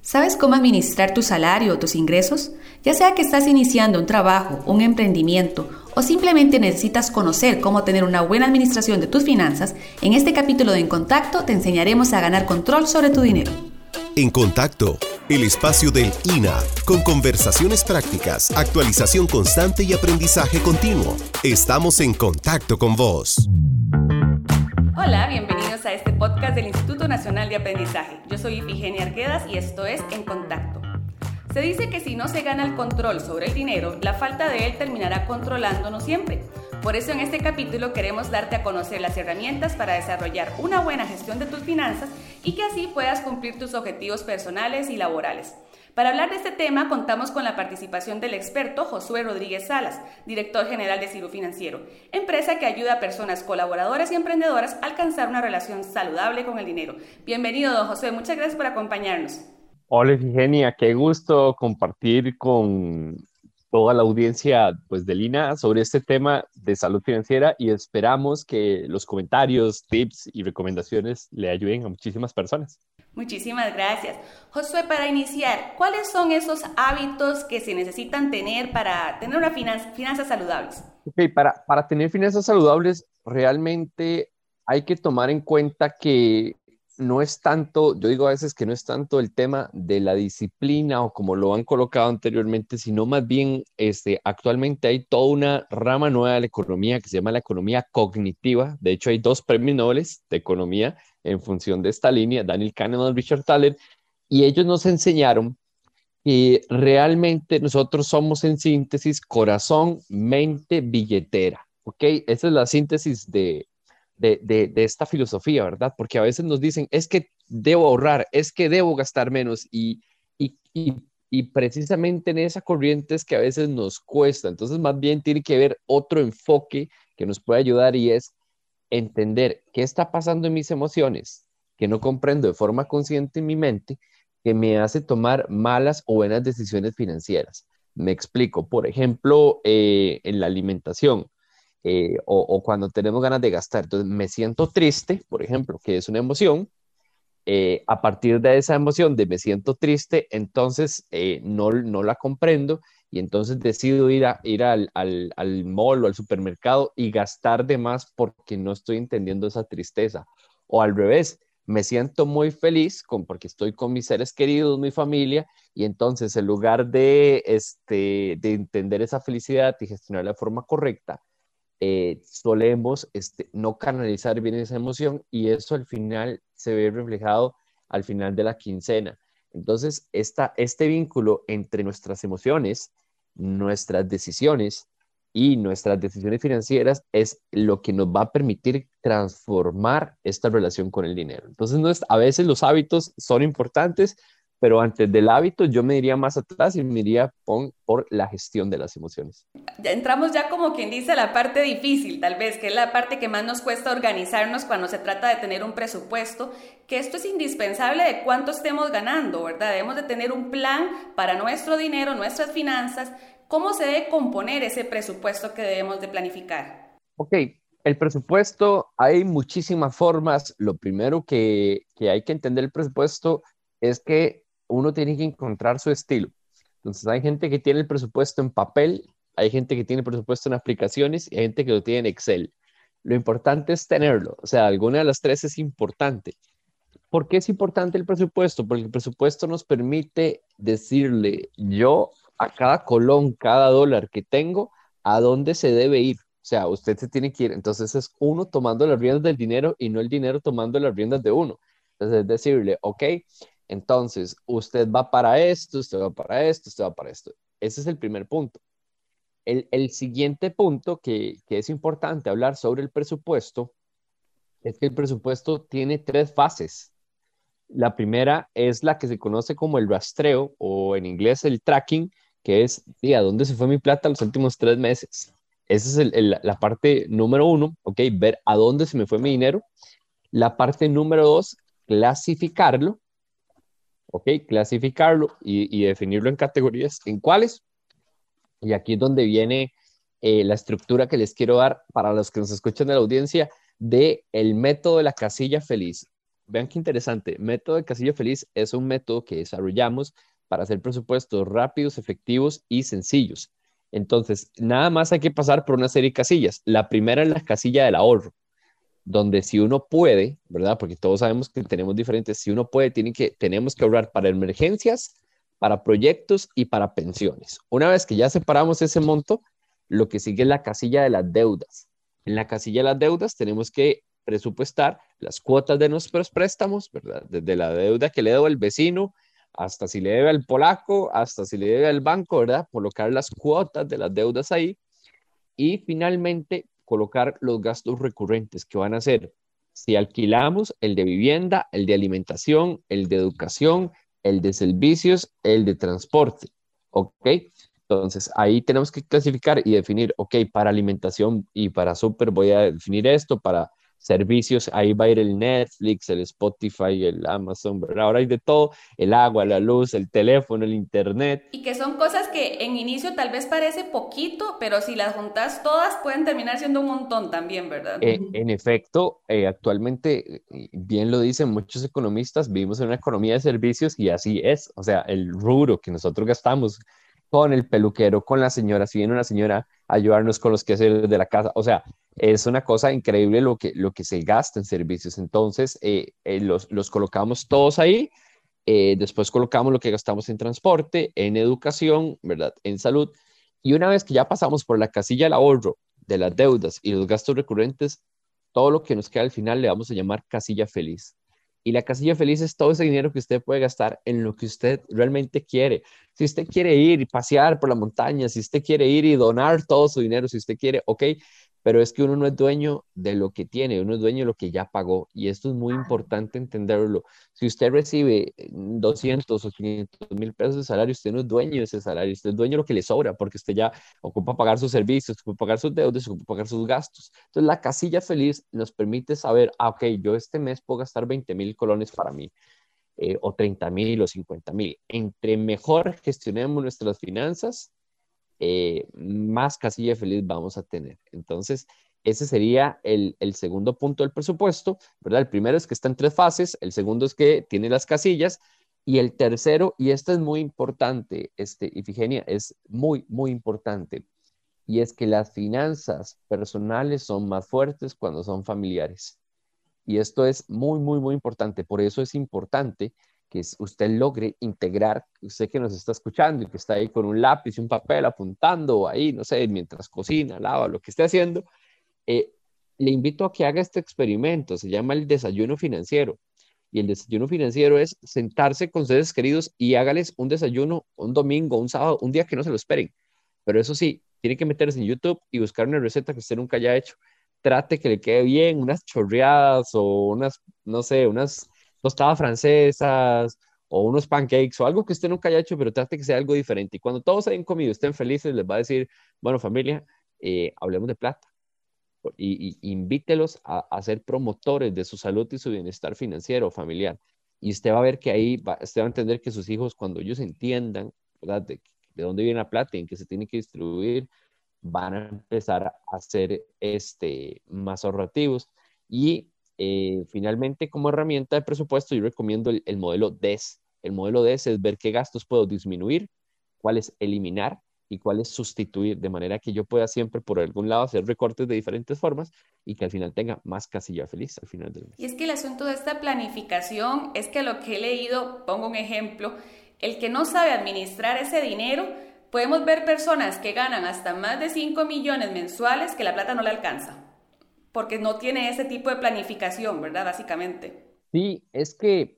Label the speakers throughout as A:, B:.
A: ¿Sabes cómo administrar tu salario o tus ingresos? Ya sea que estás iniciando un trabajo, un emprendimiento o simplemente necesitas conocer cómo tener una buena administración de tus finanzas, en este capítulo de En Contacto te enseñaremos a ganar control sobre tu dinero.
B: En Contacto, el espacio del INA, con conversaciones prácticas, actualización constante y aprendizaje continuo. Estamos en contacto con vos.
A: Hola, bienvenidos a este podcast del Instituto Nacional de Aprendizaje. Yo soy Ifigenia Arguedas y esto es En Contacto. Se dice que si no se gana el control sobre el dinero, la falta de él terminará controlándonos siempre. Por eso en este capítulo queremos darte a conocer las herramientas para desarrollar una buena gestión de tus finanzas y que así puedas cumplir tus objetivos personales y laborales. Para hablar de este tema contamos con la participación del experto Josué Rodríguez Salas, director general de Ciru Financiero, empresa que ayuda a personas colaboradoras y emprendedoras a alcanzar una relación saludable con el dinero. Bienvenido, don Josué, muchas gracias por acompañarnos.
C: Hola, Efigenia, qué gusto compartir con toda la audiencia de Lina sobre este tema de salud financiera y esperamos que los comentarios, tips y recomendaciones le ayuden a muchísimas personas.
A: Muchísimas gracias. Josué, para iniciar, ¿cuáles son esos hábitos que se necesitan tener para tener una finanzas saludables?
C: Okay, para tener finanzas saludables, realmente hay que tomar en cuenta que no es tanto, yo digo a veces que no es tanto el tema de la disciplina o como lo han colocado anteriormente, sino más bien actualmente hay toda una rama nueva de la economía que se llama la economía cognitiva. De hecho, hay 2 premios Nobel de economía en función de esta línea, Daniel Kahneman y Richard Thaler, y ellos nos enseñaron que realmente nosotros somos en síntesis corazón, mente, billetera, ¿ok? Esa es la síntesis de esta filosofía, ¿verdad? Porque a veces nos dicen, es que debo ahorrar, es que debo gastar menos y precisamente en esa corriente es que a veces nos cuesta. Entonces, más bien tiene que haber otro enfoque que nos puede ayudar y es entender qué está pasando en mis emociones, que no comprendo de forma consciente en mi mente, que me hace tomar malas o buenas decisiones financieras. Me explico, por ejemplo, en la alimentación. O cuando tenemos ganas de gastar. Entonces me siento triste, por ejemplo, que es una emoción. A partir de esa emoción de me siento triste, entonces no la comprendo y entonces decido ir al mall o al supermercado y gastar de más porque no estoy entendiendo esa tristeza. O al revés, me siento muy feliz porque estoy con mis seres queridos, mi familia, y entonces en lugar de entender esa felicidad y gestionarla de forma correcta, solemos no canalizar bien esa emoción y eso al final se ve reflejado al final de la quincena. Entonces, este vínculo entre nuestras emociones, nuestras decisiones y nuestras decisiones financieras es lo que nos va a permitir transformar esta relación con el dinero. Entonces, a veces los hábitos son importantes, pero antes del hábito yo me iría más atrás y me iría por la gestión de las emociones.
A: Entramos ya como quien dice a la parte difícil, tal vez, que es la parte que más nos cuesta organizarnos cuando se trata de tener un presupuesto, que esto es indispensable de cuánto estemos ganando, ¿verdad? Debemos de tener un plan para nuestro dinero, nuestras finanzas. ¿Cómo se debe componer ese presupuesto que debemos de planificar?
C: Ok, el presupuesto, hay muchísimas formas. Lo primero que hay que entender el presupuesto es que uno tiene que encontrar su estilo. Entonces, hay gente que tiene el presupuesto en papel, hay gente que tiene el presupuesto en aplicaciones y hay gente que lo tiene en Excel. Lo importante es tenerlo, o sea, alguna de las 3 es importante. ¿Por qué es importante el presupuesto? Porque el presupuesto nos permite decirle yo a cada colón, cada dólar que tengo, a dónde se debe ir. O sea, usted se tiene que ir. Entonces es uno tomando las riendas del dinero y no el dinero tomando las riendas de uno. Entonces es decirle, ok, entonces usted va para esto, usted va para esto, usted va para esto. Ese es el primer punto. El siguiente punto que es importante hablar sobre el presupuesto es que el presupuesto tiene 3 fases. La primera es la que se conoce como el rastreo o en inglés el tracking, que es, ¿a dónde se fue mi plata los últimos 3 meses? Esa es la parte número 1, ¿ok? Ver a dónde se me fue mi dinero. La parte número 2, clasificarlo, ¿ok? Clasificarlo y definirlo en categorías. ¿En cuáles? Y aquí es donde viene la estructura que les quiero dar para los que nos escuchan de la audiencia de el método de la casilla feliz. vean qué interesante. Método de casilla feliz es un método que desarrollamos para hacer presupuestos rápidos, efectivos y sencillos. Entonces, nada más hay que pasar por una serie de casillas. La primera es la casilla del ahorro, donde si uno puede, ¿verdad? Porque todos sabemos que tenemos diferentes, si uno puede, tenemos que ahorrar para emergencias, para proyectos y para pensiones. Una vez que ya separamos ese monto, lo que sigue es la casilla de las deudas. En la casilla de las deudas tenemos que presupuestar las cuotas de nuestros préstamos, ¿verdad? Desde la deuda que le debo al vecino, hasta si le debe al polaco, hasta si le debe al banco, ¿verdad? Colocar las cuotas de las deudas ahí y finalmente colocar los gastos recurrentes que van a ser si alquilamos el de vivienda, el de alimentación, el de educación, el de servicios, el de transporte. ¿Ok? Entonces ahí tenemos que clasificar y definir, ok, para alimentación y para súper voy a definir esto, para servicios, ahí va a ir el Netflix, el Spotify, el Amazon, ¿verdad? Ahora hay de todo, el agua, la luz, el teléfono, el internet.
A: Y que son cosas que en inicio tal vez parece poquito, pero si las juntas todas pueden terminar siendo un montón también, ¿verdad?
C: En efecto, actualmente, bien lo dicen muchos economistas, vivimos en una economía de servicios y así es. O sea, el rubro que nosotros gastamos con el peluquero, con la señora, si viene una señora a ayudarnos con los quehaceres de la casa, o sea, es una cosa increíble lo que se gasta en servicios. Entonces, los colocamos todos ahí. Después colocamos lo que gastamos en transporte, en educación, ¿verdad? En salud. Y una vez que ya pasamos por la casilla del ahorro, de las deudas y los gastos recurrentes, todo lo que nos queda al final le vamos a llamar casilla feliz. Y la casilla feliz es todo ese dinero que usted puede gastar en lo que usted realmente quiere. Si usted quiere ir y pasear por la montaña, si usted quiere ir y donar todo su dinero, si usted quiere, ok, pero es que uno no es dueño de lo que tiene, uno es dueño de lo que ya pagó. Y esto es muy importante entenderlo. Si usted recibe 200 o 500.000 pesos de salario, usted no es dueño de ese salario, usted es dueño de lo que le sobra, porque usted ya ocupa pagar sus servicios, ocupa pagar sus deudas, ocupa pagar sus gastos. Entonces, la casilla feliz nos permite saber, ok, yo este mes puedo gastar 20.000 colones para mí, o 30.000 o 50.000. Entre mejor gestionemos nuestras finanzas, más casilla feliz vamos a tener. Entonces, ese sería el segundo punto del presupuesto, ¿verdad? El primero es que está en 3 fases, el segundo es que tiene las casillas, y el tercero, y esto es muy importante, Ifigenia, es muy, muy importante, y es que las finanzas personales son más fuertes cuando son familiares. Y esto es muy, muy, muy importante. Por eso es importante que usted logre integrar, usted que nos está escuchando y que está ahí con un lápiz y un papel apuntando ahí, no sé, mientras cocina, lava, lo que esté haciendo, eh, le invito a que haga este experimento. Se llama el desayuno financiero. Y el desayuno financiero es sentarse con seres queridos y hágales un desayuno un domingo, un sábado, un día que no se lo esperen. Pero eso sí, tiene que meterse en YouTube y buscar una receta que usted nunca haya hecho. Trate que le quede bien, unas chorreadas o unas, no sé, unas tostadas francesas o unos pancakes o algo que usted nunca haya hecho, pero trate que sea algo diferente. Y cuando todos hayan comido, estén felices, les va a decir, bueno, familia, hablemos de plata y invítelos a ser promotores de su salud y su bienestar financiero o familiar. Y usted va a ver que ahí usted va a entender que sus hijos, cuando ellos entiendan, ¿verdad? De dónde viene la plata y en qué se tiene que distribuir, van a empezar a ser más ahorrativos. Y finalmente, como herramienta de presupuesto, yo recomiendo el modelo DES. El modelo DES es ver qué gastos puedo disminuir, cuáles eliminar y cuáles sustituir, de manera que yo pueda siempre por algún lado hacer recortes de diferentes formas y que al final tenga más casilla feliz al final del
A: Y
C: mes.
A: es que el asunto de esta planificación es que lo que he leído, pongo un ejemplo, el que no sabe administrar ese dinero, podemos ver personas que ganan hasta más de 5 millones mensuales que la plata no le alcanza, porque no tiene ese tipo de planificación, ¿verdad? Básicamente.
C: Sí, es que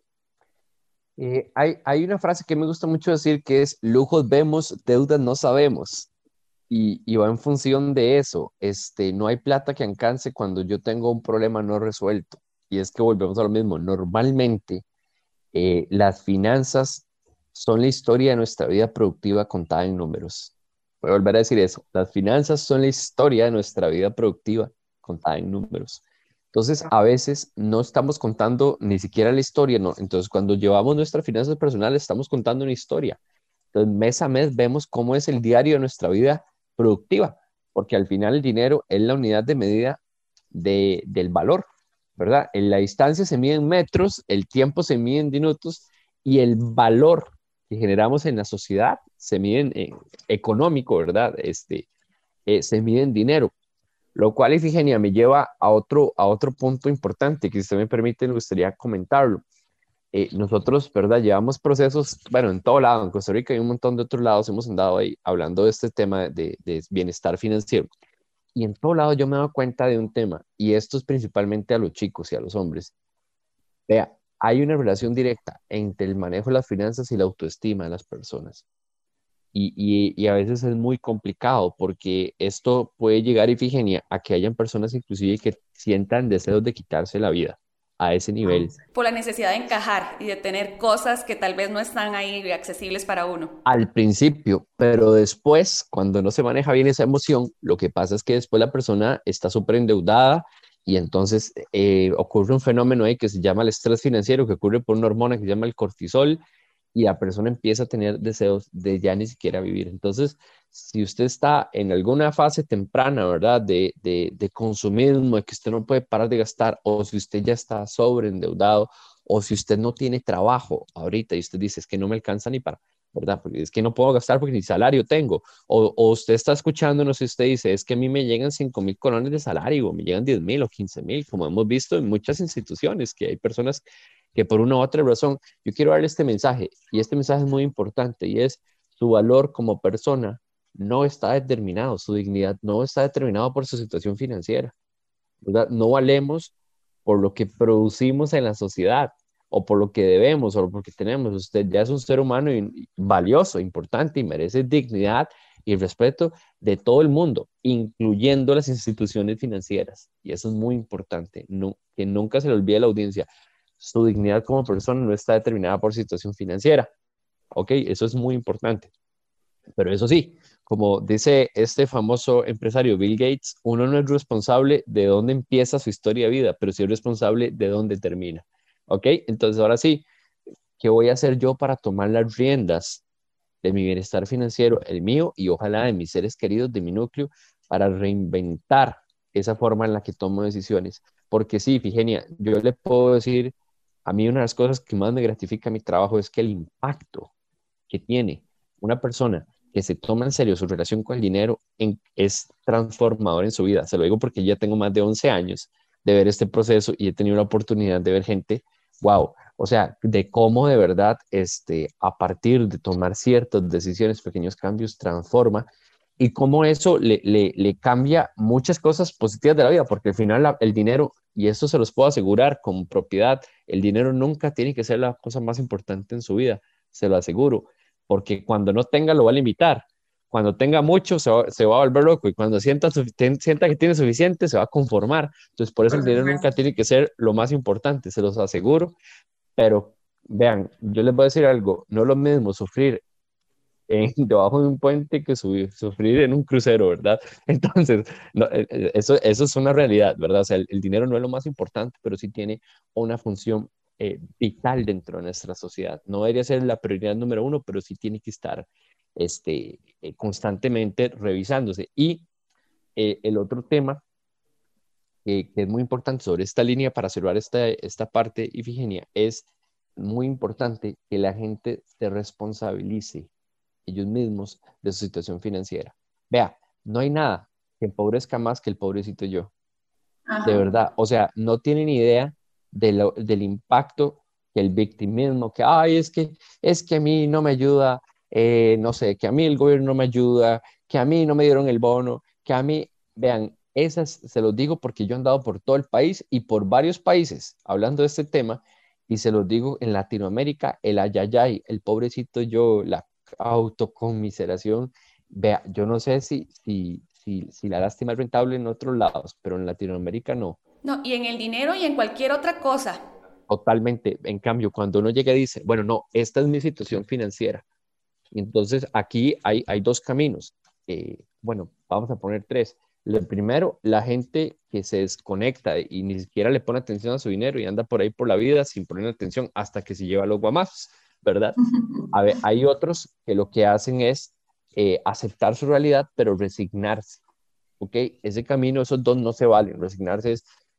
C: hay una frase que me gusta mucho decir que es lujos vemos, deudas no sabemos. Y va en función de eso. No hay plata que alcance cuando yo tengo un problema no resuelto. Y es que volvemos a lo mismo. Normalmente, las finanzas son la historia de nuestra vida productiva contada en números. Voy a volver a decir eso. Las finanzas son la historia de nuestra vida productiva contada en números. Entonces, a veces no estamos contando ni siquiera la historia, ¿no? Entonces, cuando llevamos nuestras finanzas personales, estamos contando una historia. Entonces, mes a mes vemos cómo es el diario de nuestra vida productiva, porque al final el dinero es la unidad de medida del valor. ¿verdad? En la distancia se mide en metros, el tiempo se mide en minutos y el valor que generamos en la sociedad se mide en económico, ¿verdad? Se mide en dinero. Lo cual, Ifigenia, me lleva a otro punto importante que, si usted me permite, me gustaría comentarlo. Nosotros, ¿verdad? Llevamos procesos, bueno, en todo lado, en Costa Rica y un montón de otros lados hemos andado ahí hablando de este tema de bienestar financiero. Y en todo lado yo me he dado cuenta de un tema, y esto es principalmente a los chicos y a los hombres. Vea, hay una relación directa entre el manejo de las finanzas y la autoestima de las personas. Y a veces es muy complicado porque esto puede llegar, Ifigenia, a que hayan personas inclusive que sientan deseos de quitarse la vida a ese nivel.
A: Por la necesidad de encajar y de tener cosas que tal vez no están ahí accesibles para uno.
C: Al principio, pero después, cuando no se maneja bien esa emoción, lo que pasa es que después la persona está súper endeudada y entonces ocurre un fenómeno ahí que se llama el estrés financiero, que ocurre por una hormona que se llama el cortisol, y la persona empieza a tener deseos de ya ni siquiera vivir. Entonces, si usted está en alguna fase temprana, ¿verdad? De consumismo, de que usted no puede parar de gastar, o si usted ya está sobreendeudado, o si usted no tiene trabajo ahorita y usted dice, es que no me alcanza ni para, ¿verdad? Porque es que no puedo gastar porque ni salario tengo. O usted está escuchándonos y usted dice, es que a mí me llegan 5,000 colones de salario, o me llegan 10,000 o 15,000, como hemos visto en muchas instituciones, que hay personas que por una u otra razón, yo quiero darle este mensaje, y este mensaje es muy importante, y es: su valor como persona no está determinado, su dignidad no está determinado por su situación financiera, ¿verdad? No valemos por lo que producimos en la sociedad, o por lo que debemos, o porque tenemos. Usted ya es un ser humano valioso, importante, y merece dignidad y respeto de todo el mundo, incluyendo las instituciones financieras. Y eso es muy importante, no, que nunca se le olvide a la audiencia. Su dignidad como persona no está determinada por situación financiera. ¿Ok? Eso es muy importante. Pero eso sí, como dice este famoso empresario Bill Gates, uno no es responsable de dónde empieza su historia de vida, pero sí es responsable de dónde termina. ¿Ok? Entonces, ahora sí, ¿qué voy a hacer yo para tomar las riendas de mi bienestar financiero, el mío y ojalá de mis seres queridos, de mi núcleo, para reinventar esa forma en la que tomo decisiones? Porque sí, Figenia, yo le puedo decir, a mí una de las cosas que más me gratifica mi trabajo es que el impacto que tiene una persona que se toma en serio su relación con el dinero es transformador en su vida. Se lo digo porque ya tengo más de 11 años de ver este proceso y he tenido la oportunidad de ver gente, wow, o sea, de cómo de verdad a partir de tomar ciertas decisiones, pequeños cambios, transforma, y cómo eso le cambia muchas cosas positivas de la vida, porque al final el dinero, y esto se los puedo asegurar con propiedad, el dinero nunca tiene que ser la cosa más importante en su vida, se lo aseguro, porque cuando no tenga lo va a limitar. Cuando tenga mucho se va a volver loco, y cuando sienta que tiene suficiente se va a conformar. Entonces, por eso el dinero nunca tiene que ser lo más importante, se los aseguro. Pero vean, yo les voy a decir algo, no es lo mismo sufrir debajo de un puente que sufrir en un crucero, ¿verdad? Entonces, no, eso es una realidad, ¿verdad? O sea, el dinero no es lo más importante, pero sí tiene una función vital dentro de nuestra sociedad. No debería ser la prioridad número uno, pero sí tiene que estar constantemente revisándose. Y el otro tema que es muy importante sobre esta línea para cerrar esta parte, Ifigenia, es muy importante que la gente se responsabilice ellos mismos de su situación financiera. Vea, no hay nada que empobrezca más que el pobrecito yo, de
D: Ajá.
C: verdad. O sea, no tienen idea del impacto que el victimismo, que, ay, es que a mí no me ayuda, no sé, que a mí el gobierno no me ayuda, que a mí no me dieron el bono, que a mí, vean, esas se los digo porque yo he andado por todo el país y por varios países hablando de este tema, y se los digo en Latinoamérica, el ayayay, el pobrecito yo, la autoconmiseración. Vea, yo no sé si la lástima es rentable en otros lados, pero en Latinoamérica no.
A: No, y en el dinero y en cualquier otra cosa.
C: Totalmente. En cambio, cuando uno llega y dice, bueno, no, esta es mi situación financiera. Y entonces aquí hay dos caminos. Bueno, vamos a poner tres. El primero, la gente que se desconecta y ni siquiera le pone atención a su dinero y anda por ahí por la vida sin poner atención hasta que se lleva los guamazos, ¿verdad? A ver, hay otros que lo que hacen es aceptar su realidad, pero resignarse. ¿Ok? Ese camino, esos dos no se valen. Resignarse es,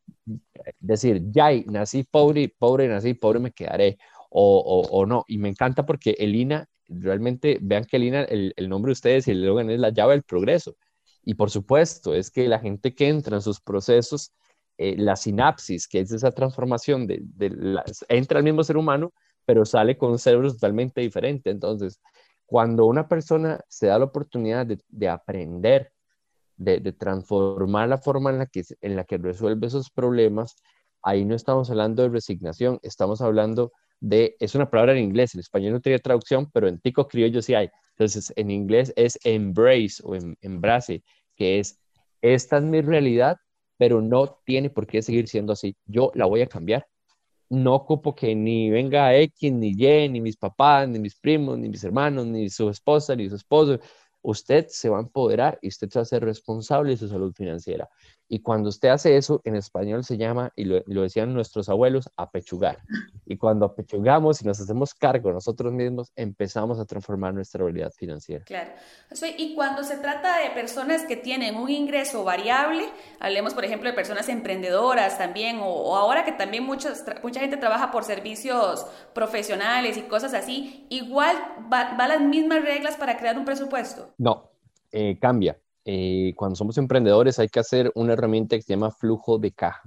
C: decir, ya nací pobre y pobre nací, pobre me quedaré, o no. Y me encanta porque el INA, realmente, vean que el INA, el nombre de ustedes y el eslogan es la llave del progreso. Y por supuesto, es que la gente que entra en sus procesos, la sinapsis, que es esa transformación entra al mismo ser humano, pero sale con un cerebro totalmente diferente. Entonces, cuando una persona se da la oportunidad de aprender, de transformar la forma en la que resuelve esos problemas, ahí no estamos hablando de resignación, estamos hablando es una palabra en inglés, en español no tiene traducción, pero en tico criollo sí hay. Entonces, en inglés es embrace o embrace, que esta es mi realidad, pero no tiene por qué seguir siendo así. Yo la voy a cambiar. No ocupo que ni venga X, ni Y, ni mis papás, ni mis primos, ni mis hermanos, ni su esposa, ni su esposo. Usted se va a empoderar y usted se va a ser responsable de su salud financiera. Y cuando usted hace eso, en español se llama, y lo decían nuestros abuelos, apechugar. Y cuando apechugamos y nos hacemos cargo nosotros mismos, empezamos a transformar nuestra realidad financiera.
A: Claro. Y cuando se trata de personas que tienen un ingreso variable, hablemos por ejemplo de personas emprendedoras también, o ahora que también mucha gente trabaja por servicios profesionales y cosas así, igual va las mismas reglas para crear un presupuesto.
C: No, cambia. Cuando somos emprendedores hay que hacer una herramienta que se llama flujo de caja,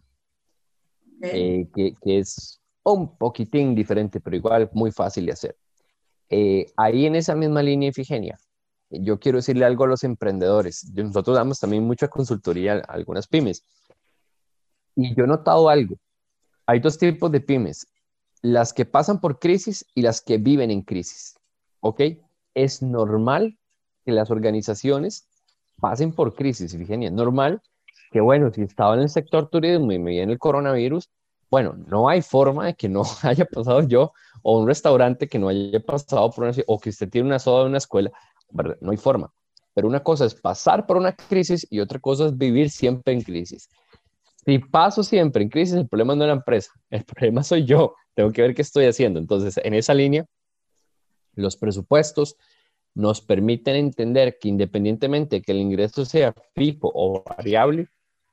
C: que es un poquitín diferente, pero igual muy fácil de hacer. Ahí en esa misma línea, Ifigenia, yo quiero decirle algo a los emprendedores. Nosotros damos también mucha consultoría a algunas pymes. Y yo he notado algo. Hay dos tipos de pymes. Las que pasan por crisis y las que viven en crisis. ¿Ok? Es normal que las organizaciones pasen por crisis, Ifigenia. Es normal que, bueno, si estaba en el sector turismo y me viene el coronavirus, bueno, no hay forma de que no haya pasado yo, o un restaurante que no haya pasado por o que usted tiene una soda de una escuela, ¿verdad? No hay forma. Pero una cosa es pasar por una crisis y otra cosa es vivir siempre en crisis. Si paso siempre en crisis, el problema no es la empresa, el problema soy yo. Tengo que ver qué estoy haciendo. Entonces, en esa línea, los presupuestos nos permiten entender que independientemente de que el ingreso sea fijo o variable,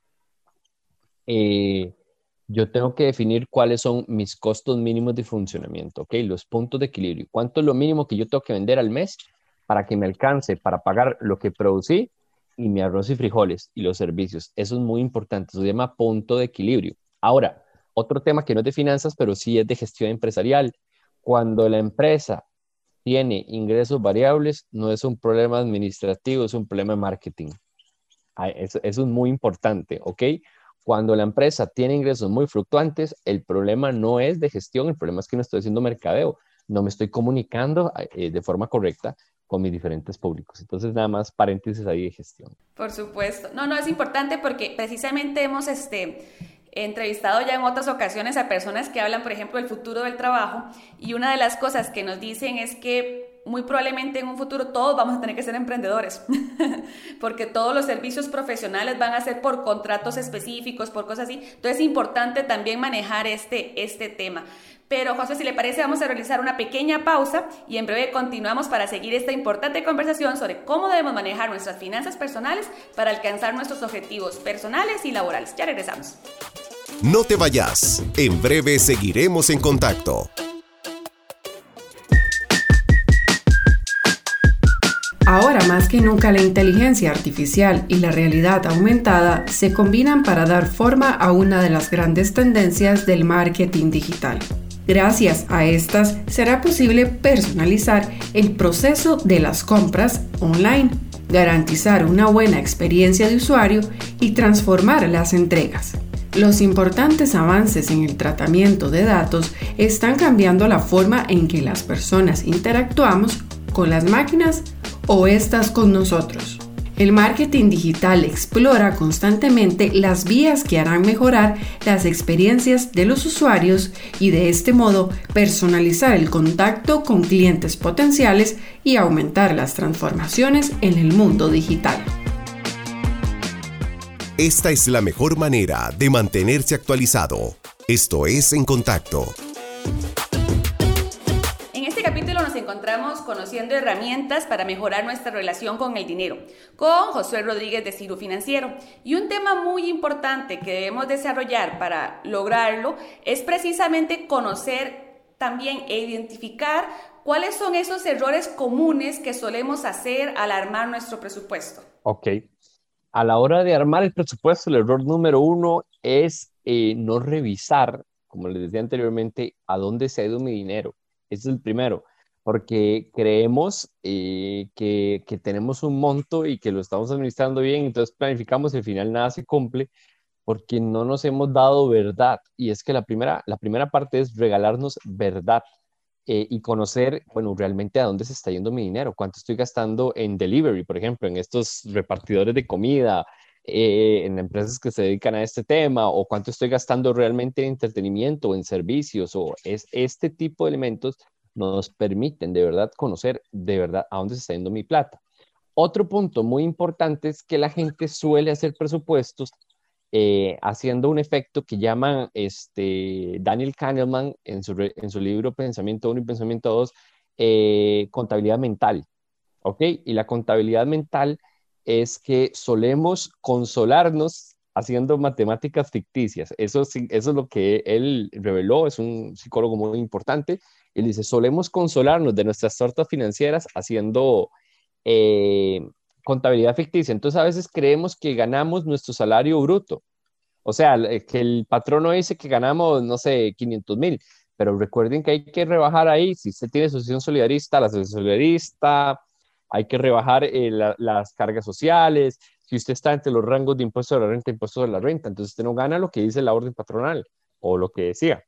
C: yo tengo que definir cuáles son mis costos mínimos de funcionamiento, ¿ok? Los puntos de equilibrio. ¿Cuánto es lo mínimo que yo tengo que vender al mes para que me alcance para pagar lo que producí y mi arroz y frijoles y los servicios? Eso es muy importante. Eso se llama punto de equilibrio. Ahora, otro tema que no es de finanzas, pero sí es de gestión empresarial. Cuando la empresa tiene ingresos variables, no es un problema administrativo, es un problema de marketing. Eso es muy importante, ¿ok? Cuando la empresa tiene ingresos muy fluctuantes, el problema no es de gestión, el problema es que no estoy haciendo mercadeo, no me estoy comunicando de forma correcta con mis diferentes públicos. Entonces, nada más paréntesis ahí de gestión.
A: Por supuesto. No, es importante porque precisamente hemos entrevistado ya en otras ocasiones a personas que hablan, por ejemplo, del futuro del trabajo, y una de las cosas que nos dicen es que muy probablemente en un futuro todos vamos a tener que ser emprendedores, porque todos los servicios profesionales van a ser por contratos específicos, por cosas así. Entonces es importante también manejar este tema. Pero José, si le parece, vamos a realizar una pequeña pausa y en breve continuamos para seguir esta importante conversación sobre cómo debemos manejar nuestras finanzas personales para alcanzar nuestros objetivos personales y laborales. Ya regresamos.
B: No te vayas. En breve seguiremos en contacto.
D: Ahora más que nunca la inteligencia artificial y la realidad aumentada se combinan para dar forma a una de las grandes tendencias del marketing digital. Gracias a estas será posible personalizar el proceso de las compras online, garantizar una buena experiencia de usuario y transformar las entregas. Los importantes avances en el tratamiento de datos están cambiando la forma en que las personas interactuamos con las máquinas o estas con nosotros. El marketing digital explora constantemente las vías que harán mejorar las experiencias de los usuarios y de este modo personalizar el contacto con clientes potenciales y aumentar las transformaciones en el mundo digital.
B: Esta es la mejor manera de mantenerse actualizado. Esto es En Contacto.
A: En este capítulo nos encontramos encontramos conociendo herramientas para mejorar nuestra relación con el dinero, con Josué Rodríguez de Ciro Financiero. Y un tema muy importante que debemos desarrollar para lograrlo es precisamente conocer también e identificar cuáles son esos errores comunes que solemos hacer al armar nuestro presupuesto.
C: Ok. A la hora de armar el presupuesto, el error número uno es no revisar, como les decía anteriormente, a dónde se ha ido mi dinero. Ese es el primero, porque creemos que tenemos un monto y que lo estamos administrando bien, entonces planificamos y al final nada se cumple porque no nos hemos dado verdad. Y es que la primera parte es regalarnos verdad. Y conocer, bueno, realmente a dónde se está yendo mi dinero, cuánto estoy gastando en delivery, por ejemplo, en estos repartidores de comida, en empresas que se dedican a este tema, o cuánto estoy gastando realmente en entretenimiento, en servicios, o este tipo de elementos nos permiten de verdad conocer de verdad a dónde se está yendo mi plata. Otro punto muy importante es que la gente suele hacer presupuestos haciendo un efecto que llaman Daniel Kahneman en su libro Pensamiento 1 y Pensamiento 2, contabilidad mental, ¿ok? Y la contabilidad mental es que solemos consolarnos haciendo matemáticas ficticias. Eso es lo que él reveló, es un psicólogo muy importante. Él dice, solemos consolarnos de nuestras tortas financieras haciendo eh, contabilidad ficticia. Entonces a veces creemos que ganamos nuestro salario bruto. O sea, que el patrono dice que ganamos, no sé, 500,000, pero recuerden que hay que rebajar ahí, si usted tiene asociación solidarista, la asociación solidarista, hay que rebajar las cargas sociales, si usted está entre los rangos de impuestos de la renta, impuestos de la renta, entonces usted no gana lo que dice la orden patronal o lo que decía,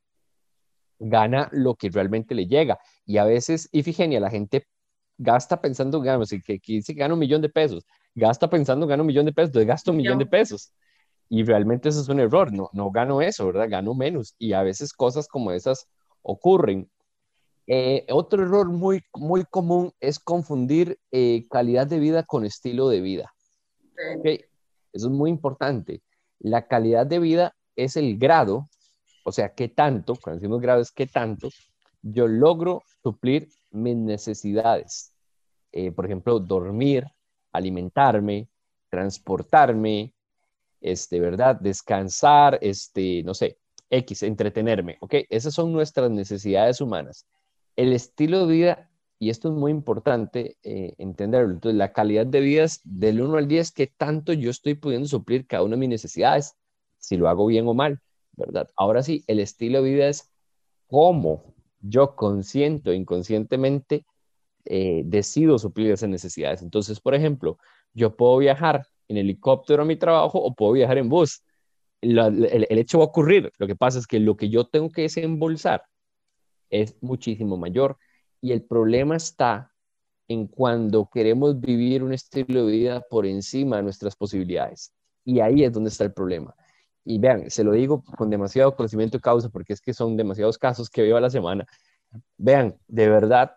C: gana lo que realmente le llega. Y a veces, Ifigenia, la gente gasta pensando, digamos, que dice que gana 1,000,000 de pesos, gasta pensando gana 1,000,000 de pesos, entonces gasta 1,000,000 de pesos. Y realmente eso es un error, no gano eso, ¿verdad? Gano menos. Y a veces cosas como esas ocurren. Otro error muy, muy común es confundir calidad de vida con estilo de vida. ¿Ok? Eso es muy importante. La calidad de vida es el grado, o sea, qué tanto, cuando decimos grado es qué tanto, yo logro suplir mis necesidades. Por ejemplo, dormir, alimentarme, transportarme, ¿verdad? Descansar, no sé, entretenerme, ¿ok? Esas son nuestras necesidades humanas. El estilo de vida, y esto es muy importante entenderlo, entonces la calidad de vida es del 1 al 10, qué tanto yo estoy pudiendo suplir cada una de mis necesidades, si lo hago bien o mal, ¿verdad? Ahora sí, el estilo de vida es cómo yo consciente o inconscientemente decido suplir esas necesidades. Entonces, por ejemplo, yo puedo viajar en helicóptero a mi trabajo o puedo viajar en bus. El hecho va a ocurrir. Lo que pasa es que lo que yo tengo que desembolsar es muchísimo mayor. Y el problema está en cuando queremos vivir un estilo de vida por encima de nuestras posibilidades. Y ahí es donde está el problema. Y vean, se lo digo con demasiado conocimiento de causa, porque es que son demasiados casos que veo a la semana. Vean, de verdad,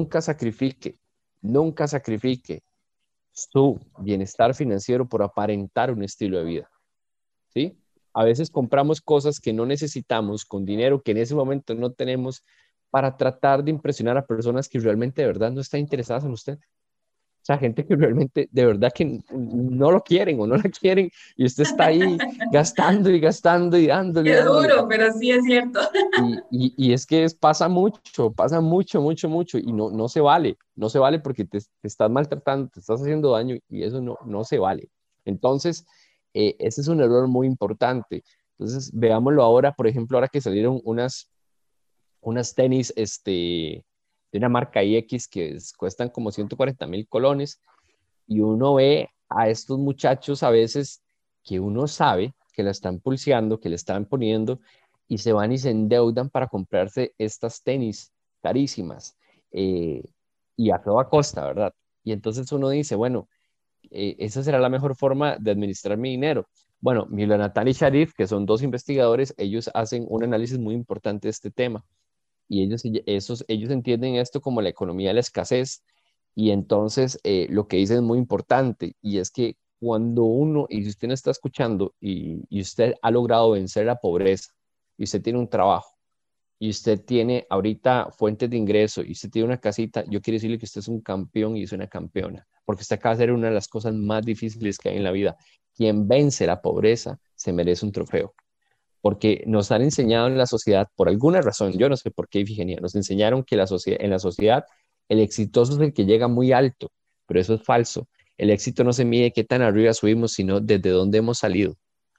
C: nunca sacrifique su bienestar financiero por aparentar un estilo de vida, ¿sí? A veces compramos cosas que no necesitamos con dinero que en ese momento no tenemos para tratar de impresionar a personas que realmente de verdad no están interesadas en usted. O sea, gente que realmente de verdad que no lo quieren o no la quieren y usted está ahí gastando y gastando y dándole,
A: Qué
C: dándole.
A: duro, pero sí es cierto.
C: Y es que pasa mucho, mucho, mucho, y no se vale, no se vale porque te estás maltratando, te estás haciendo daño y eso no se vale. Entonces, ese es un error muy importante. Entonces, veámoslo ahora, por ejemplo, ahora que salieron unas tenis de una marca X que cuestan como 140,000 colones y uno ve a estos muchachos a veces que uno sabe que la están pulseando, que le están poniendo y se van y se endeudan para comprarse estas tenis carísimas eh, y a toda costa, ¿verdad? Y entonces uno dice, bueno, esa será la mejor forma de administrar mi dinero. Bueno, Milanatán y Sharif, que son dos investigadores, ellos hacen un análisis muy importante de este tema y ellos entienden esto como la economía de la escasez y entonces lo que dicen es muy importante y es que cuando uno, y si usted no está escuchando y usted ha logrado vencer la pobreza y usted tiene un trabajo y usted tiene ahorita fuentes de ingreso y usted tiene una casita, yo quiero decirle que usted es un campeón y es una campeona, porque usted acaba de hacer una de las cosas más difíciles que hay en la vida. Quien vence la pobreza se merece un trofeo, porque nos han enseñado en la sociedad, por alguna razón, yo no sé por qué, Ifigenia, nos enseñaron que en la sociedad el exitoso es el que llega muy alto, pero eso es falso. El éxito no se mide qué tan arriba subimos, sino desde dónde hemos salido.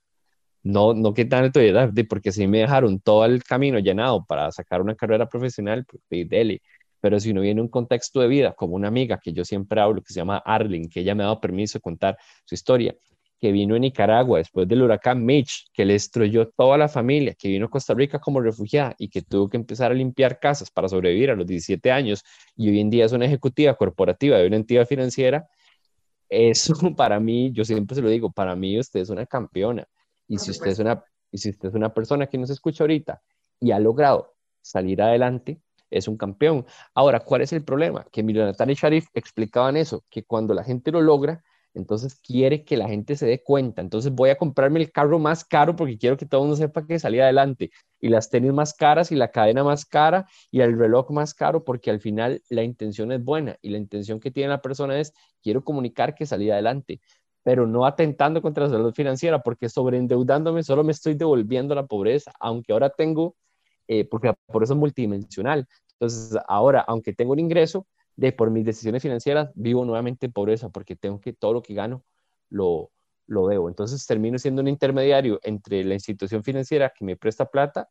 C: No, no qué tan alto llegar, porque si me dejaron todo el camino llenado para sacar una carrera profesional, pues dele. Pero si uno viene en un contexto de vida, como una amiga que yo siempre hablo, que se llama Arlene, que ella me ha dado permiso de contar su historia, que vino en Nicaragua después del huracán Mitch, que le destruyó toda la familia, que vino a Costa Rica como refugiada y que tuvo que empezar a limpiar casas para sobrevivir a los 17 años y hoy en día es una ejecutiva corporativa de una entidad financiera. Eso para mí, yo siempre se lo digo, para mí usted es una campeona. Y
A: Por
C: si usted es
A: supuesto.
C: una, y si usted es una persona que nos escucha ahorita y ha logrado salir adelante, es un campeón. Ahora, ¿cuál es el problema? Que Milonatán y Sharif explicaban eso, que cuando la gente lo logra, entonces quiere que la gente se dé cuenta. Entonces voy a comprarme el carro más caro porque quiero que todo el mundo sepa que salí adelante. Y las tenis más caras y la cadena más cara y el reloj más caro porque al final la intención es buena y la intención que tiene la persona es quiero comunicar que salí adelante, pero no atentando contra la salud financiera, porque sobreendeudándome solo me estoy devolviendo la pobreza, aunque ahora tengo, porque por eso es multidimensional. Entonces, ahora, aunque tengo un ingreso, por mis decisiones financieras, vivo nuevamente en pobreza, porque tengo que todo lo que gano lo, lo debo. Entonces, termino siendo un intermediario entre la institución financiera que me presta plata,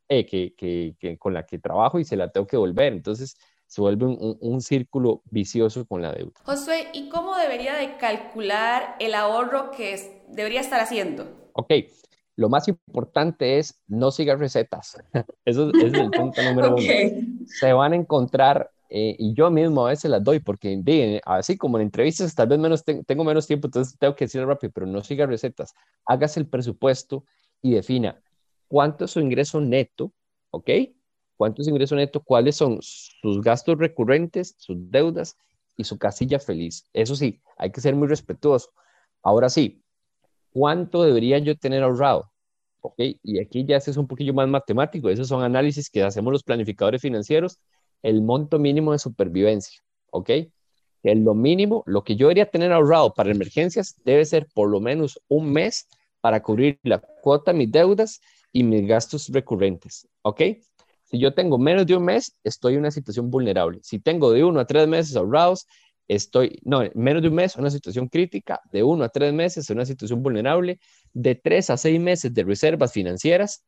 C: con la que trabajo y se la tengo que devolver. Entonces, se vuelve un círculo vicioso con la deuda.
A: Josué, ¿y cómo debería de calcular el ahorro que debería estar haciendo?
C: Ok, lo más importante es no siga recetas. Ese es el punto número
A: Ok.
C: uno. Se van a encontrar, y yo mismo a veces las doy, porque así como en entrevistas tal vez tengo menos tiempo, entonces tengo que decirlo rápido, pero no siga recetas. Hágase el presupuesto y defina cuánto es su ingreso neto, ¿ok? ¿Cuánto es su ingreso neto? ¿Cuáles son sus gastos recurrentes, sus deudas y su casilla feliz? Eso sí, hay que ser muy respetuoso. Ahora sí, ¿cuánto debería yo tener ahorrado? ¿Ok? Y aquí ya es un poquillo más matemático, esos son análisis que hacemos los planificadores financieros, el monto mínimo de supervivencia, ¿ok? Es lo mínimo, lo que yo debería tener ahorrado para emergencias debe ser por lo menos un mes para cubrir la cuota, mis deudas y mis gastos recurrentes, ¿ok? Si yo tengo menos de un mes, estoy en una situación vulnerable. Si tengo de 1 a 3 meses ahorrados, no, menos de un mes, una situación crítica, de 1 a 3 meses, una situación vulnerable, de 3 a 6 meses de reservas financieras,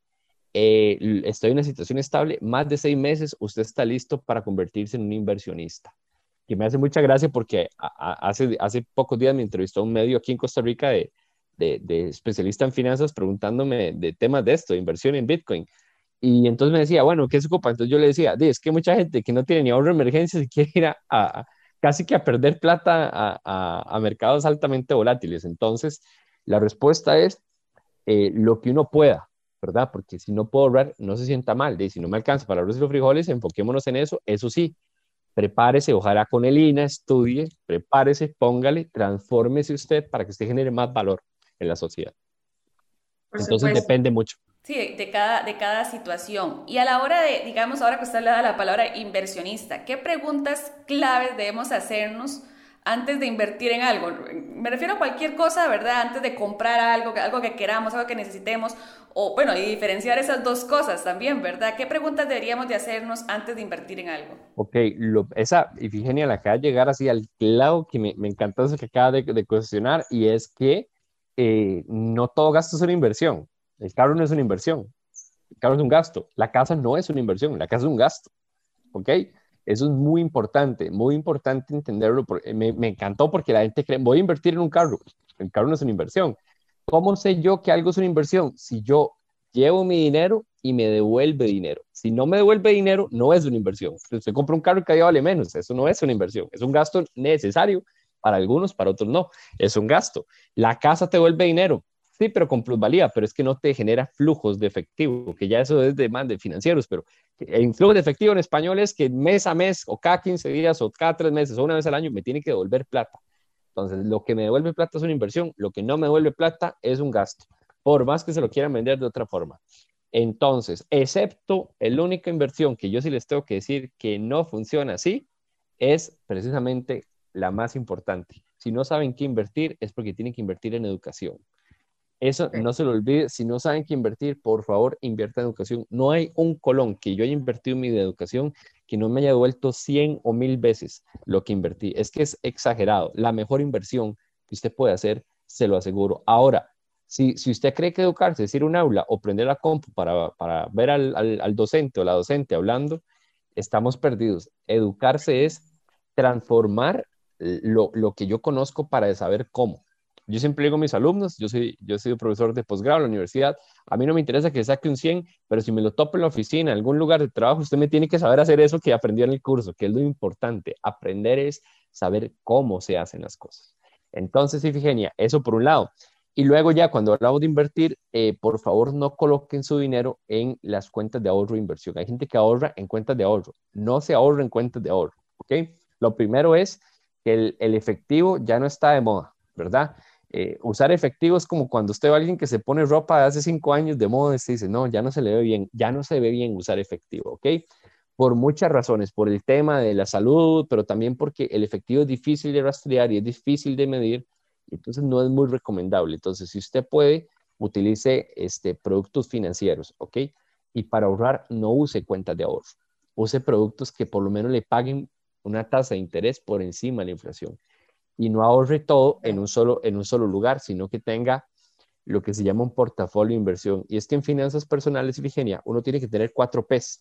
C: estoy en una situación estable, más de 6 meses, usted está listo para convertirse en un inversionista. Que me hace mucha gracia porque hace pocos días me entrevistó un medio aquí en Costa Rica de especialista en finanzas preguntándome de temas de esto, de inversión en Bitcoin. Y entonces me decía, bueno, ¿qué se ocupa? Entonces yo le decía, es que mucha gente que no tiene ni ahorro de emergencia se quiere ir casi que a perder plata a mercados altamente volátiles. Entonces, la respuesta es lo que uno pueda, ¿verdad? Porque si no puedo ahorrar, no se sienta mal. Si no me alcanza para los frijoles, enfoquémonos en eso. Eso sí, prepárese, ojalá con el INA, estudie, prepárese, póngale, transfórmese usted para que usted genere más valor en la sociedad.
A: Por
C: Entonces
A: supuesto.
C: depende mucho.
A: Sí, de cada situación. Y a la hora de, digamos, ahora que usted le da la palabra inversionista, ¿qué preguntas claves debemos hacernos antes de invertir en algo? Me refiero a cualquier cosa, ¿verdad? Antes de comprar algo que queramos, algo que necesitemos, o bueno, y diferenciar esas dos cosas también, ¿verdad? ¿Qué preguntas deberíamos de hacernos antes de invertir en algo?
C: Ok, esa Ifigenia la acaba de llegar así al clavo que me encantó eso que acaba de cuestionar y es que no todo gasto es una inversión. El carro no es una inversión, el carro es un gasto. La casa no es una inversión, la casa es un gasto. ¿Ok? Eso es muy importante entenderlo. Me encantó porque la gente cree, voy a invertir en un carro. El carro no es una inversión. ¿Cómo sé yo que algo es una inversión? Si yo llevo mi dinero y me devuelve dinero. Si no me devuelve dinero, no es una inversión. Si usted compra un carro que cada día vale menos, eso no es una inversión. Es un gasto necesario para algunos, para otros no. Es un gasto. La casa te devuelve dinero. Sí, pero con plusvalía, pero es que no te genera flujos de efectivo, que ya eso es de más de financieros, pero el flujo de efectivo en español es que mes a mes, o cada 15 días, o cada 3 meses, o una vez al año, me tiene que devolver plata. Entonces, lo que me devuelve plata es una inversión, lo que no me devuelve plata es un gasto, por más que se lo quieran vender de otra forma. Entonces, excepto la única inversión que yo sí les tengo que decir que no funciona así, es precisamente la más importante. Si no saben qué invertir, es porque tienen que invertir en educación. Eso no se lo olvide. Si no saben qué invertir, por favor, invierta en educación. No hay un colón que yo haya invertido en mi educación que no me haya devuelto 100 o 1000 veces lo que invertí. Es que es exagerado. La mejor inversión que usted puede hacer, se lo aseguro. Ahora, si usted cree que educarse es ir a un aula o prender la compu para ver al docente o la docente hablando, estamos perdidos. Educarse es transformar lo que yo conozco para saber cómo. Yo siempre digo a mis alumnos, yo he sido profesor de posgrado en la universidad, a mí no me interesa que saque un 100, pero si me lo topo en la oficina, en algún lugar de trabajo, usted me tiene que saber hacer eso que aprendió en el curso, que es lo importante. Aprender es saber cómo se hacen las cosas. Entonces, Ifigenia, eso por un lado. Y luego ya cuando hablamos de invertir, por favor no coloquen su dinero en las cuentas de ahorro e inversión. Hay gente que ahorra en cuentas de ahorro. No se ahorra en cuentas de ahorro, ¿ok? Lo primero es que el efectivo ya no está de moda, ¿verdad? Usar efectivo es como cuando usted ve a alguien que se pone ropa de hace 5 años de moda y se dice, no, ya no se le ve bien, ya no se ve bien usar efectivo, ¿ok? Por muchas razones, por el tema de la salud, pero también porque el efectivo es difícil de rastrear y es difícil de medir, entonces no es muy recomendable. Entonces, si usted puede, utilice productos financieros, ¿ok? Y para ahorrar, no use cuentas de ahorro. Use productos que por lo menos le paguen una tasa de interés por encima de la inflación. Y no ahorre todo en un solo lugar, sino que tenga lo que se llama un portafolio de inversión. Y es que en finanzas personales, Virginia, uno tiene que tener 4 P's.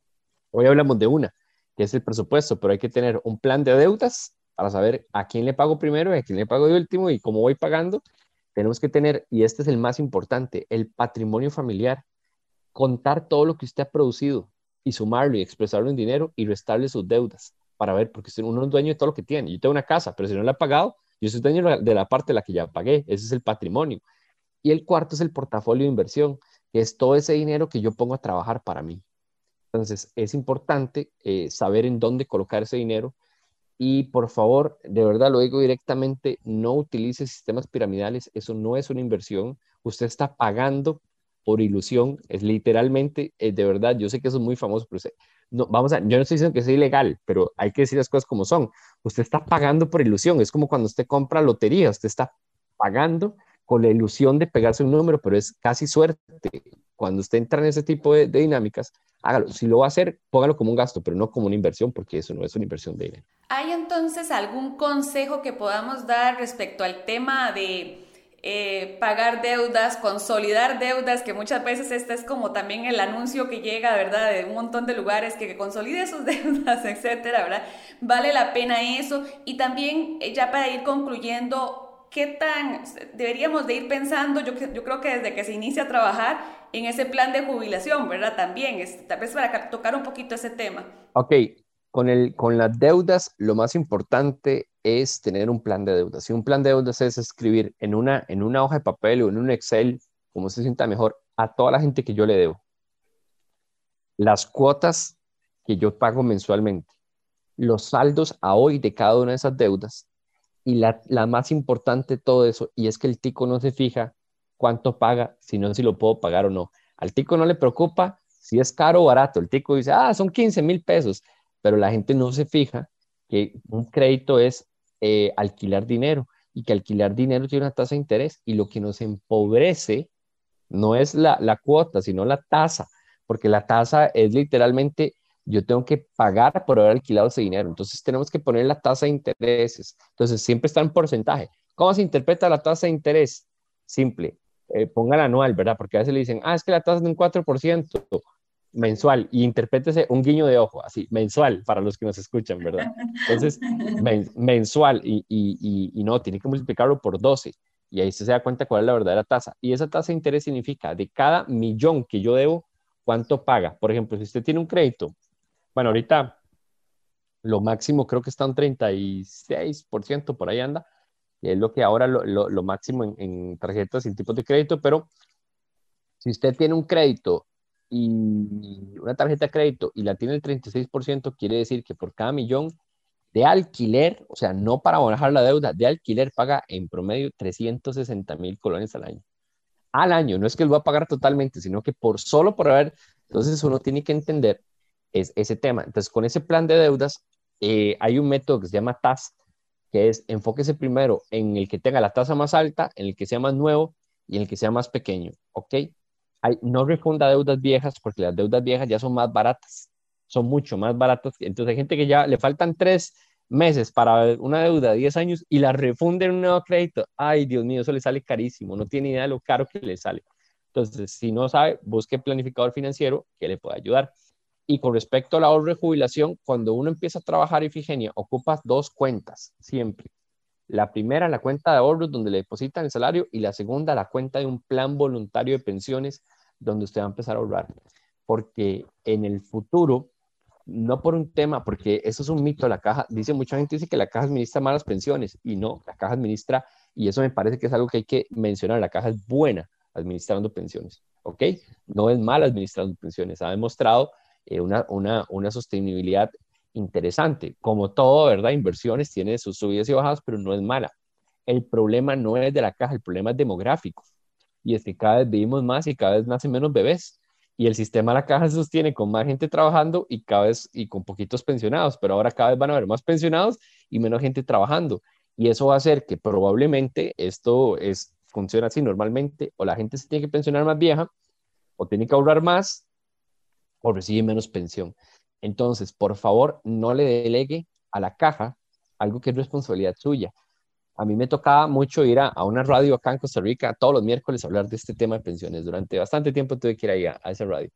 C: Hoy hablamos de una, que es el presupuesto, pero hay que tener un plan de deudas para saber a quién le pago primero y a quién le pago de último y cómo voy pagando. Tenemos que tener, y este es el más importante, el patrimonio familiar. Contar todo lo que usted ha producido y sumarlo y expresarlo en dinero y restarle sus deudas para ver, porque uno es dueño de todo lo que tiene. Yo tengo una casa, pero si no la he pagado, yo soy dueño de la parte de la que ya pagué. Ese es el patrimonio. Y el cuarto es el portafolio de inversión, que es todo ese dinero que yo pongo a trabajar para mí. Entonces, es importante saber en dónde colocar ese dinero y por favor, de verdad lo digo directamente, no utilice sistemas piramidales, eso no es una inversión, usted está pagando por ilusión, es literalmente, de verdad, yo sé que eso es muy famoso, pero no, yo no estoy diciendo que sea ilegal, pero hay que decir las cosas como son, usted está pagando por ilusión, es como cuando usted compra lotería, usted está pagando con la ilusión de pegarse un número, pero es casi suerte. Cuando usted entra en ese tipo de dinámicas, hágalo. Si lo va a hacer, póngalo como un gasto, pero no como una inversión, porque eso no es una inversión de dinero.
A: ¿Hay entonces algún consejo que podamos dar respecto al tema de pagar deudas, consolidar deudas, que muchas veces este es como también el anuncio que llega, ¿verdad?, de un montón de lugares que consolide sus deudas, etcétera, ¿verdad? ¿Vale la pena eso? Y también, ya para ir concluyendo, ¿qué tan deberíamos de ir pensando? Yo creo que desde que se inicia a trabajar en ese plan de jubilación, ¿verdad? También, tal vez para tocar un poquito ese tema.
C: Ok, con las deudas, lo más importante es tener un plan de deudas. Y un plan de deudas es escribir en una hoja de papel o en un Excel, como se sienta mejor, a toda la gente que yo le debo. Las cuotas que yo pago mensualmente, los saldos a hoy de cada una de esas deudas y la más importante de todo eso, y es que el tico no se fija cuánto paga, sino si lo puedo pagar o no. Al tico no le preocupa si es caro o barato. El tico dice, son 15,000 pesos, pero la gente no se fija que un crédito es alquilar dinero y que alquilar dinero tiene una tasa de interés y lo que nos empobrece no es la cuota, sino la tasa, porque la tasa es literalmente, yo tengo que pagar por haber alquilado ese dinero, entonces tenemos que poner la tasa de intereses, entonces siempre está en porcentaje. ¿Cómo se interpreta la tasa de interés? Simple, póngala anual, ¿verdad? Porque a veces le dicen, es que la tasa es de un 4% mensual, y interprétese un guiño de ojo, así, mensual, para los que nos escuchan, ¿verdad? Entonces, mensual, y no, tiene que multiplicarlo por 12, y ahí se da cuenta cuál es la verdadera tasa. Y esa tasa de interés significa de cada millón que yo debo, ¿cuánto paga? Por ejemplo, si usted tiene un crédito, bueno, ahorita lo máximo creo que está un 36%, por ahí anda, y es lo que ahora lo máximo en tarjetas y tipos de crédito, pero si usted tiene un crédito y una tarjeta de crédito y la tiene el 36%, quiere decir que por cada millón de alquiler, o sea, no para bajar la deuda, de alquiler paga en promedio 360,000 colones al año. al año. No es que lo va a pagar totalmente, sino que solo por haber. Entonces uno tiene que entender ese tema. Entonces con ese plan de deudas hay un método que se llama TAS, que es enfóquese primero en el que tenga la tasa más alta, en el que sea más nuevo y en el que sea más pequeño, ¿ok? No refunda deudas viejas porque las deudas viejas ya son más baratas, son mucho más baratas. Entonces hay gente que ya le faltan 3 meses para una deuda de 10 años y la refunde en un nuevo crédito. Ay, Dios mío, eso le sale carísimo, no tiene idea de lo caro que le sale. Entonces, si no sabe, busque planificador financiero que le pueda ayudar. Y con respecto al ahorro de jubilación, cuando uno empieza a trabajar, Ifigenia, ocupa 2 cuentas siempre. La primera, la cuenta de ahorros, donde le depositan el salario, y la segunda, la cuenta de un plan voluntario de pensiones, donde usted va a empezar a ahorrar. Porque en el futuro, no por un tema, porque eso es un mito, la caja, mucha gente dice que la caja administra malas pensiones, y no, la caja administra, y eso me parece que es algo que hay que mencionar, la caja es buena administrando pensiones, ¿ok? No es mala administrando pensiones, ha demostrado una sostenibilidad interesante. Como todo, ¿verdad? Inversiones tiene sus subidas y bajadas, pero no es mala. El problema no es de la caja, el problema es demográfico. Y es que cada vez vivimos más y cada vez nacen menos bebés. Y el sistema de la caja se sostiene con más gente trabajando y con poquitos pensionados, pero ahora cada vez van a haber más pensionados y menos gente trabajando. Y eso va a hacer que probablemente funciona así normalmente, o la gente se tiene que pensionar más vieja, o tiene que ahorrar más, o recibe menos pensión. Entonces, por favor, no le delegue a la caja algo que es responsabilidad suya. A mí me tocaba mucho ir a una radio acá en Costa Rica todos los miércoles a hablar de este tema de pensiones. Durante bastante tiempo tuve que ir ahí a esa radio.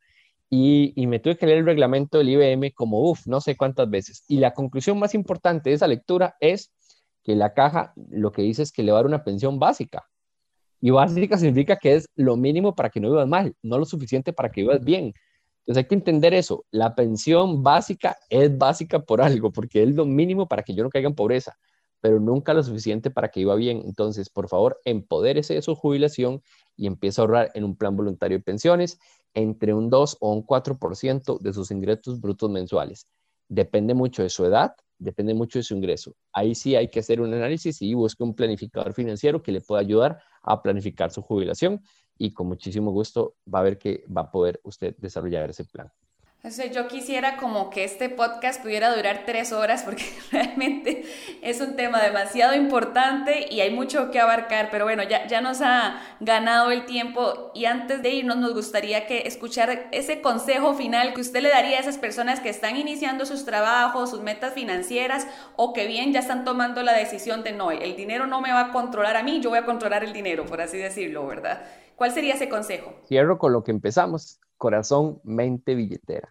C: Y me tuve que leer el reglamento del IBM como, no sé cuántas veces. Y la conclusión más importante de esa lectura es que la caja lo que dice es que le va a dar una pensión básica. Y básica significa que es lo mínimo para que no vivas mal, no lo suficiente para que vivas bien. Entonces hay que entender eso. La pensión básica es básica por algo, porque es lo mínimo para que yo no caiga en pobreza, pero nunca lo suficiente para que viva bien. Entonces, por favor, empodérese de su jubilación y empiece a ahorrar en un plan voluntario de pensiones entre un 2 o un 4% de sus ingresos brutos mensuales. Depende mucho de su edad, depende mucho de su ingreso. Ahí sí hay que hacer un análisis y busque un planificador financiero que le pueda ayudar a planificar su jubilación y con muchísimo gusto va a ver que va a poder usted desarrollar ese plan.
A: Entonces, yo quisiera como que este podcast pudiera durar 3 horas porque realmente es un tema demasiado importante y hay mucho que abarcar, pero bueno, ya nos ha ganado el tiempo y antes de irnos nos gustaría escuchar ese consejo final que usted le daría a esas personas que están iniciando sus trabajos, sus metas financieras o que bien ya están tomando la decisión de no, el dinero no me va a controlar a mí, yo voy a controlar el dinero, por así decirlo, ¿verdad? ¿Cuál sería ese consejo?
C: Cierro con lo que empezamos. Corazón, mente, billetera.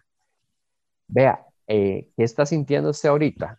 C: Vea, ¿qué está sintiendo usted ahorita?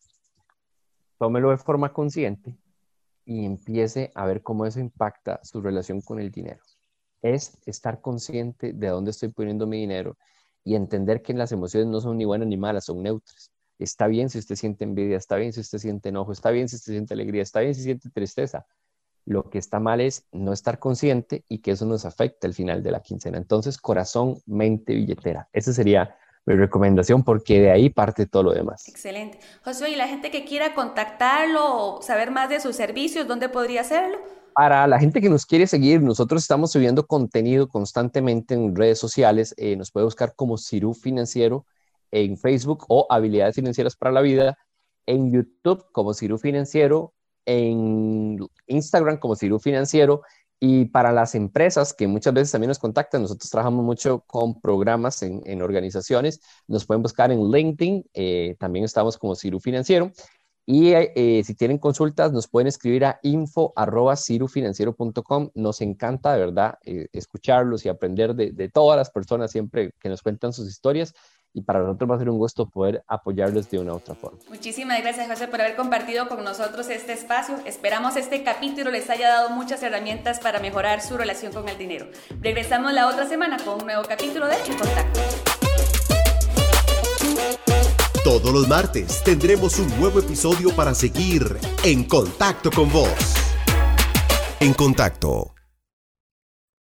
C: Tómelo de forma consciente y empiece a ver cómo eso impacta su relación con el dinero. Es estar consciente de dónde estoy poniendo mi dinero y entender que las emociones no son ni buenas ni malas, son neutras. Está bien si usted siente envidia, está bien si usted siente enojo, está bien si usted siente alegría, está bien si siente tristeza. Lo que está mal es no estar consciente y que eso nos afecte al final de la quincena. Entonces, corazón, mente, billetera. Esa sería mi recomendación porque de ahí parte todo lo demás.
A: Excelente. Josué, ¿y la gente que quiera contactarlo o saber más de sus servicios, dónde podría hacerlo?
C: Para la gente que nos quiere seguir, nosotros estamos subiendo contenido constantemente en redes sociales. Nos puede buscar como Sirú Financiero en Facebook o Habilidades Financieras para la Vida. En YouTube como Sirú Financiero. En Instagram como Sirú Financiero. Y para las empresas que muchas veces también nos contactan, nosotros trabajamos mucho con programas en organizaciones, nos pueden buscar en LinkedIn, también estamos como Sirú Financiero. Y si tienen consultas, nos pueden escribir a info@sirufinanciero.com. Nos encanta, de verdad, escucharlos y aprender de todas las personas siempre que nos cuentan sus historias. Y para nosotros va a ser un gusto poder apoyarlos de una u otra forma.
A: Muchísimas gracias, José, por haber compartido con nosotros este espacio. Esperamos este capítulo les haya dado muchas herramientas para mejorar su relación con el dinero. Regresamos la otra semana con un nuevo capítulo de En Contacto.
B: Todos los martes tendremos un nuevo episodio para seguir en contacto con vos. En Contacto.